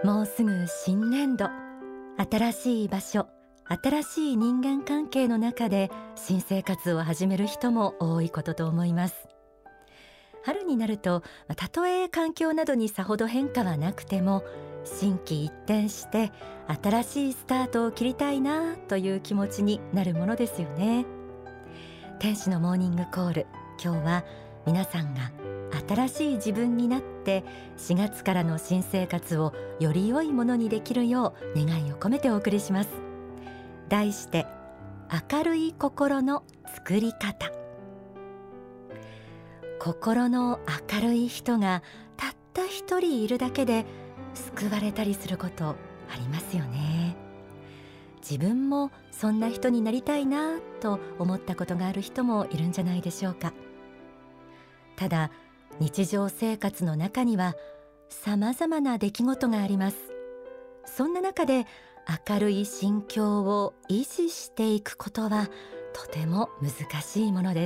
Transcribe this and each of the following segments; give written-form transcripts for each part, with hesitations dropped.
もうすぐ新年度、新しい場所、新しい人間関係の中で新生活を始める人も多いことと思います。春になると、たとえ環境などにさほど変化はなくても、心機一転して新しいスタートを切りたいなという気持ちになるものですよね。天使のモーニングコール、今日は皆さんが新しい自分になって4月からの新生活をより良いものにできるよう願いを込めてお送りします。題して、明るい心の作り方。心の明るい人がたった一人いるだけで救われたりすることありますよね。自分もそんな人になりたいなと思ったことがある人もいるんじゃないでしょうか。ただ、日常生活の中には様々な出来事があります。そんな中で明るい心境を維持していくことはとても難しいものです。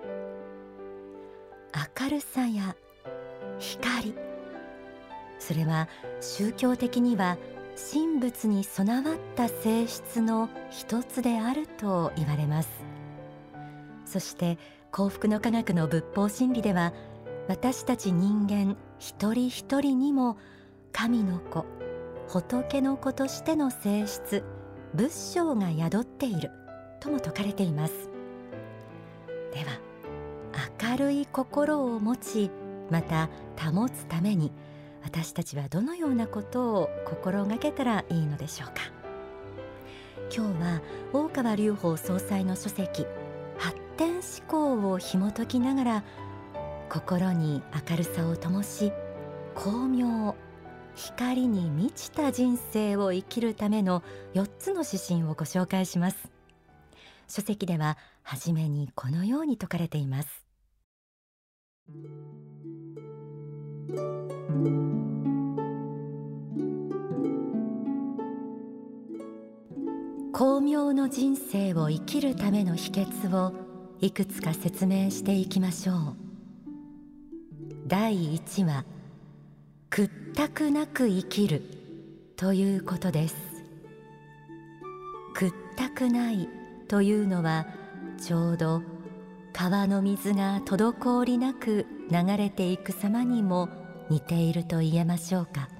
明るさや光、それは宗教的には神仏に備わった性質の一つであると言われます。そして幸福の科学の仏法真理では、私たち人間一人一人にも神の子、仏の子としての性質、仏性が宿っているとも説かれています。では、明るい心を持ち、また保つために私たちはどのようなことを心がけたらいいのでしょうか。今日は大川隆法総裁の書籍、発展思考を紐解きながら、心に明るさを灯し、光明、光に満ちた人生を生きるための4つの指針をご紹介します。書籍では初めにこのように説かれています。光明の人生を生きるための秘訣をいくつか説明していきましょう。第1は、屈託なく生きるということです。屈託ないというのは、ちょうど川の水が滞りなく流れていく様にも似ていると言えましょうか。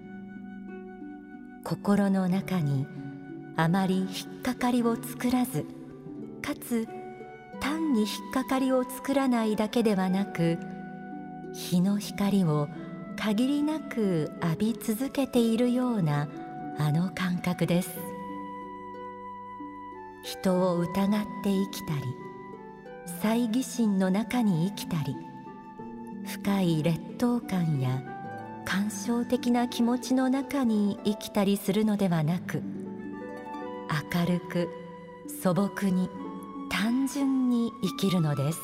心の中にあまり引っかかりを作らず、かつ単に引っかかりを作らないだけではなく、日の光を限りなく浴び続けているようなあの感覚です。人を疑って生きたり、猜疑心の中に生きたり、深い劣等感や感傷的な気持ちの中に生きたりするのではなく、明るく素朴に単純に生きるのです。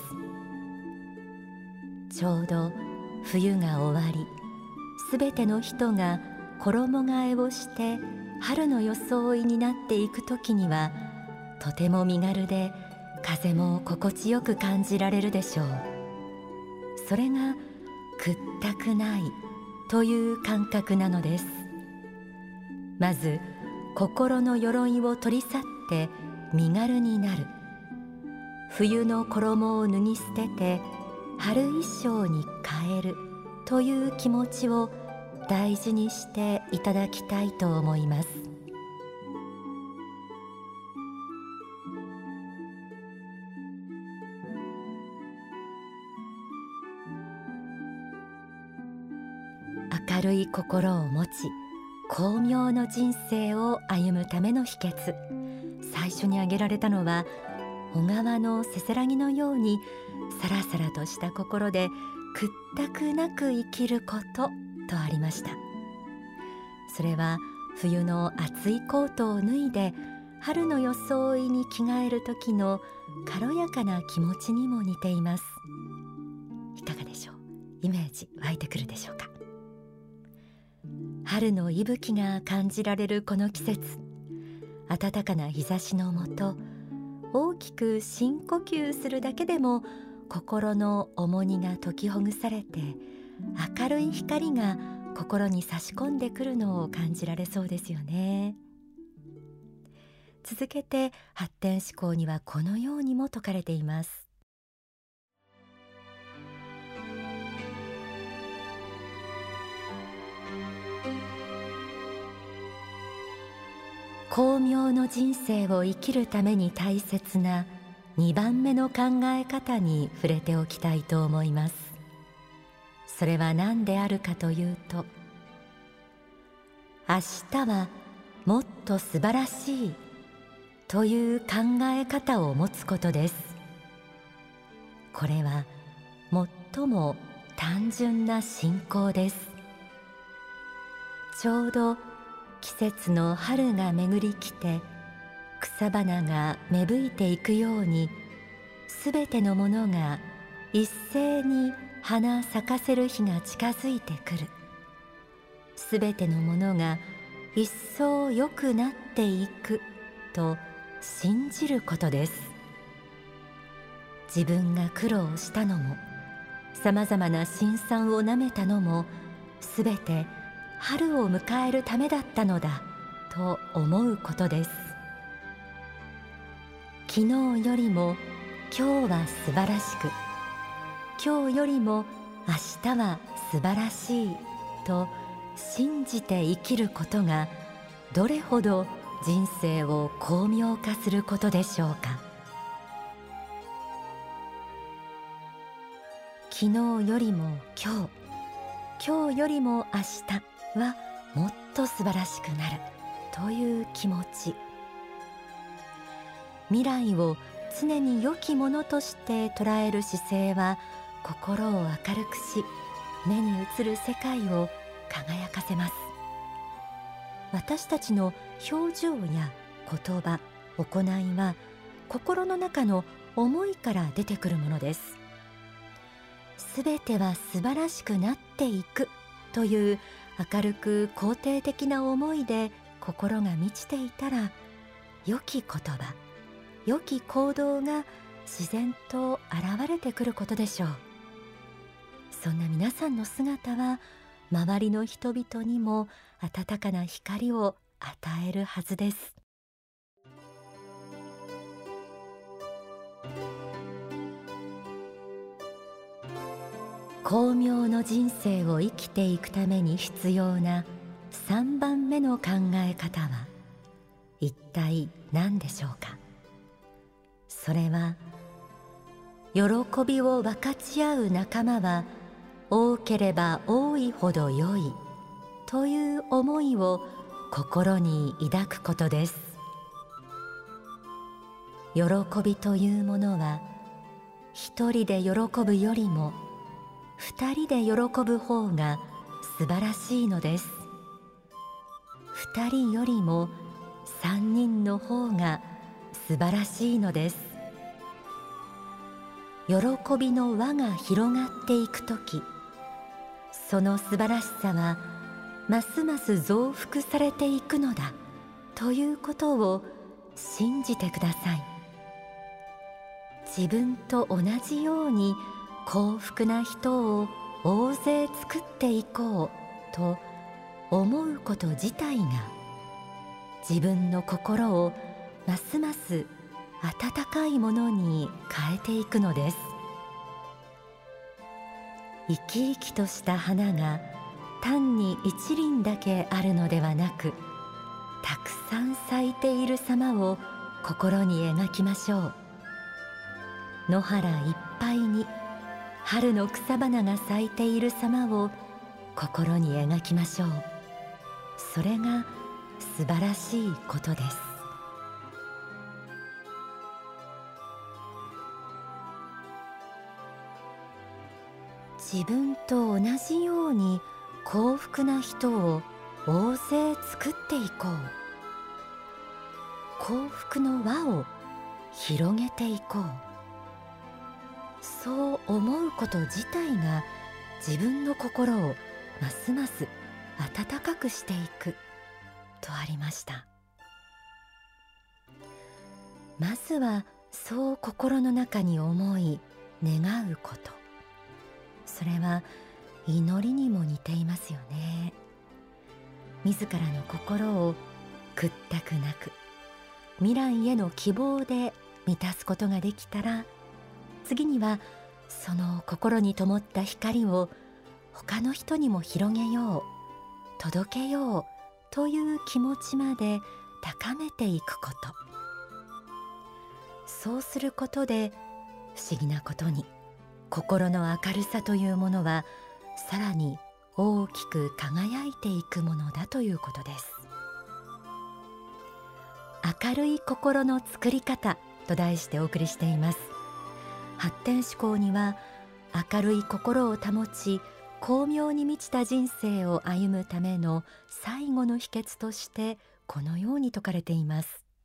ちょうど冬が終わり、すべての人が衣替えをして春の装いになっていくときには、とても身軽で風も心地よく感じられるでしょう。それが屈託ないという感覚なのです。まず心の鎧を取り去って身軽になる。冬の衣を脱ぎ捨てて春衣装に変えるという気持ちを大事にしていただきたいと思います。明るい心を持ち、光明の人生を歩むための秘訣、最初に挙げられたのは、小川のせせらぎのようにさらさらとした心で屈託なく生きることとありました。それは冬の厚いコートを脱いで春の装いに着替える時の軽やかな気持ちにも似ています。いかがでしょう。イメージ湧いてくるでしょうか。春の息吹が感じられるこの季節、暖かな日差しのもと、大きく深呼吸するだけでも心の重荷が解きほぐされて、明るい光が心に差し込んでくるのを感じられそうですよね。続けて発展思考にはこのようにも説かれています。巧妙の人生を生きるために大切な2番目の考え方に触れておきたいと思います。それは何であるかというと、明日はもっと素晴らしいという考え方を持つことです。これは最も単純な信仰です。ちょうど季節の春が巡り来て草花が芽吹いていくように、すべてのものが一斉に花咲かせる日が近づいてくる。すべてのものが一層良くなっていくと信じることです。自分が苦労したのも、さまざまな辛酸をなめたのも、すべて春を迎えるためだったのだと思うことです。昨日よりも今日は素晴らしく、今日よりも明日は素晴らしいと信じて生きることが、どれほど人生を巧妙化することでしょうか。昨日よりも今日、今日よりも明日はもっと素晴らしくなるという気持ち。未来を常に良きものとして捉える姿勢は、心を明るくし、目に映る世界を輝かせます。私たちの表情や言葉、行いは心の中の思いから出てくるものです。すべては素晴らしくなっていくという明るく肯定的な思いで心が満ちていたら、良き言葉、良き行動が自然と現れてくることでしょう。そんな皆さんの姿は、周りの人々にも温かな光を与えるはずです。巧妙の人生を生きていくために必要な3番目の考え方は一体何でしょうか。それは、喜びを分かち合う仲間は多ければ多いほど良いという思いを心に抱くことです。喜びというものは、一人で喜ぶよりも二人で喜ぶ方が素晴らしいのです。二人よりも三人の方が素晴らしいのです。喜びの輪が広がっていくとき、その素晴らしさはますます増幅されていくのだということを信じてください。自分と同じように幸福な人を大勢作っていこうと思うこと自体が、自分の心をますます温かいものに変えていくのです。生き生きとした花が単に一輪だけあるのではなく、たくさん咲いている様を心に描きましょう。野原いっぱいに春の草花が咲いている様を心に描きましょう。それが素晴らしいことです。自分と同じように幸福な人を大勢作っていこう。幸福の輪を広げていこう。そう思うこと自体が自分の心をますます温かくしていくとありました。まずはそう心の中に思い願うこと。それは祈りにも似ていますよね。自らの心を屈託なく未来への希望で満たすことができたら、次にはその心に灯った光を他の人にも広げよう、届けようという気持ちまで高めていくこと。そうすることで不思議なことに心の明るさというものはさらに大きく輝いていくものだということです。明るい心の作り方と題してお送りしています。発展思考には明るい心を保ち巧妙に満ちた人生を歩むための最後の秘訣としてこのように説かれています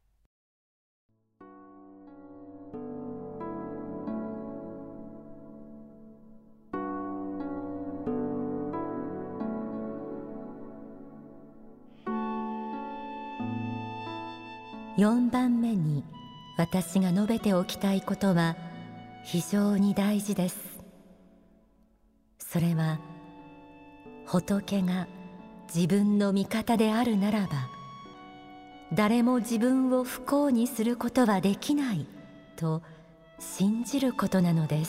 。4番目に私が述べておきたいことは非常に大事です。それは仏が自分の味方であるならば誰も自分を不幸にすることはできないと信じることなのです。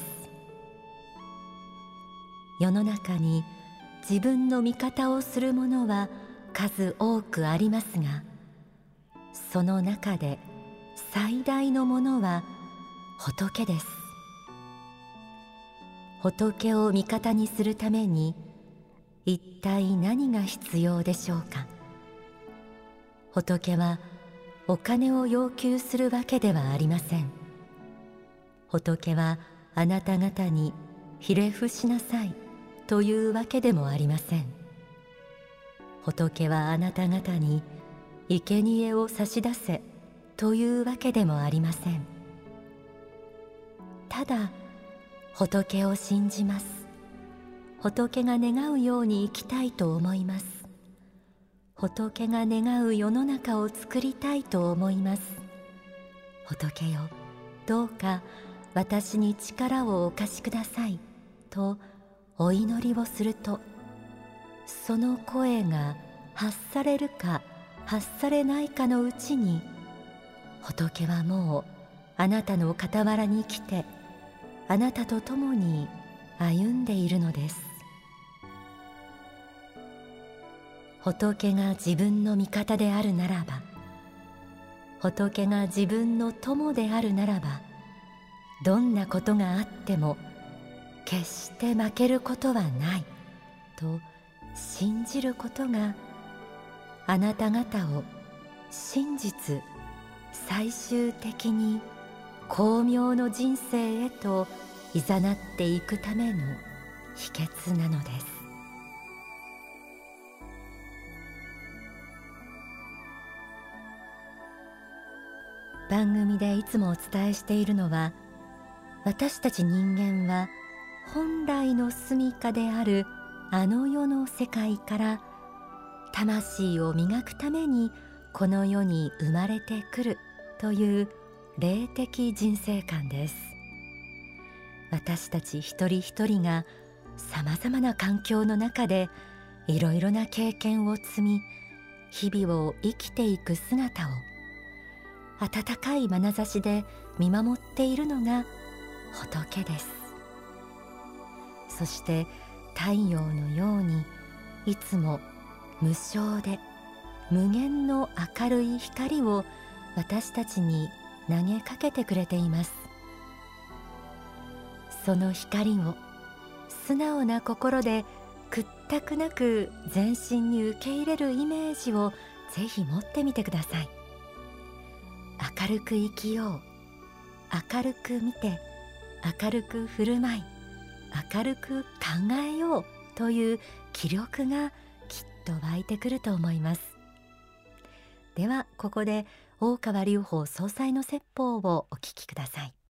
世の中に自分の味方をする者は数多くありますが、その中で最大のものは仏です。仏を味方にするために一体何が必要でしょうか。仏はお金を要求するわけではありません。仏はあなた方にひれ伏しなさいというわけでもありません。仏はあなた方に生贄を差し出せというわけでもありません。ただ仏を信じます。仏が願うように生きたいと思います。仏が願う世の中を作りたいと思います。仏よ、どうか私に力をお貸しくださいとお祈りをすると、その声が発されるか発されないかのうちに、仏はもうあなたの傍らに来てあなたと共に歩んでいるのです。仏が自分の味方であるならば、仏が自分の友であるならば、どんなことがあっても決して負けることはないと信じることが、あなた方を真実最終的に巧妙の人生へと誘っていくための秘訣なのです。番組でいつもお伝えしているのは、私たち人間は本来の住処であるあの世の世界から魂を磨くためにこの世に生まれてくるという霊的人生観です。私たち一人一人がさまざまな環境の中でいろいろな経験を積み、日々を生きていく姿を温かい眼差しで見守っているのが仏です。そして太陽のようにいつも無償で無限の明るい光を私たちに投げかけてくれています。その光を素直な心で屈託なく全身に受け入れるイメージをぜひ持ってみてください。明るく生きよう、明るく見て、明るく振る舞い、明るく考えようという気力がきっと湧いてくると思います。ではここで大川隆法総裁の説法をお聞きください。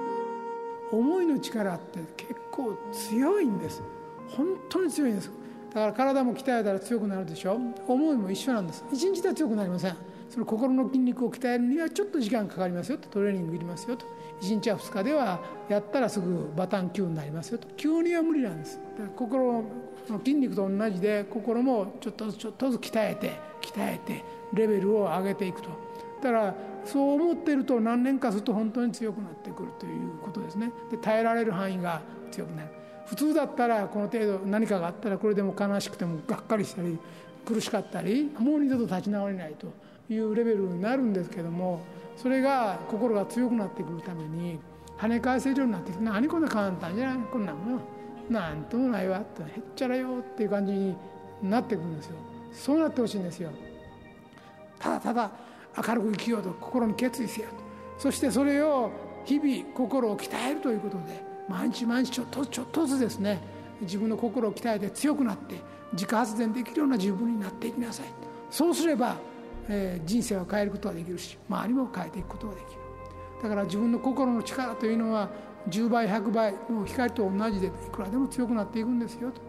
思いの力って結構強いんです。本当に強いんです。 だから体も鍛えたら強くなるでしょ。思いも一緒なんです。一日では強くなりません。その心の筋肉を鍛えるにはちょっと時間かかりますよと、トレーニングいりますよと。1日や2日ではやったらすぐバタン級になりますよと。急には無理なんです。だから心の筋肉と同じで、心もちょっとずつ鍛えてレベルを上げていくと。だからそう思っていると何年かすると本当に強くなってくるということですね。で、耐えられる範囲が強くなる。普通だったらこの程度何かがあったらこれでも悲しくてもがっかりしたり苦しかったり、もう二度と立ち直れないというレベルになるんですけども、それが心が強くなってくるために跳ね返せるようになってきて、何こんな簡単じゃない、こんなものなんともないわってへっちゃらよっていう感じになってくるんですよ。そうなってほしいんですよ。ただただ明るく生きようと心に決意せよと。そしてそれを日々心を鍛えるということで、毎日毎日ちょっとずつですね、自分の心を鍛えて強くなって自家発電できるような自分になっていきなさい。そうすれば、人生を変えることができるし、周りも変えていくことができる。だから自分の心の力というのは10倍100倍の光と同じでいくらでも強くなっていくんですよと。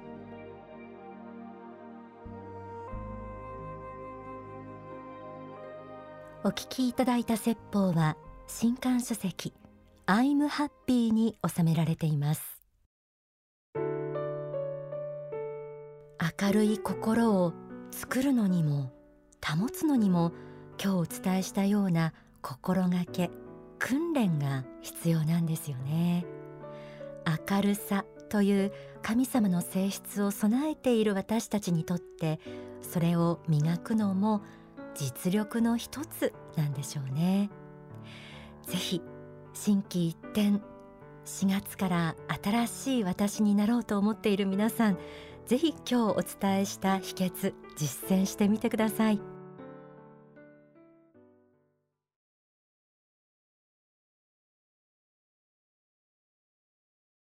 お聞きいただいた説法は新刊書籍I'm Happyに収められています。明るい心を作るのにも保つのにも、今日お伝えしたような心がけ、訓練が必要なんですよね。明るさという神様の性質を備えている私たちにとって、それを磨くのも実力の一つなんでしょうね。ぜひ心機一転、4月から新しい私になろうと思っている皆さん、ぜひ今日お伝えした秘訣実践してみてください。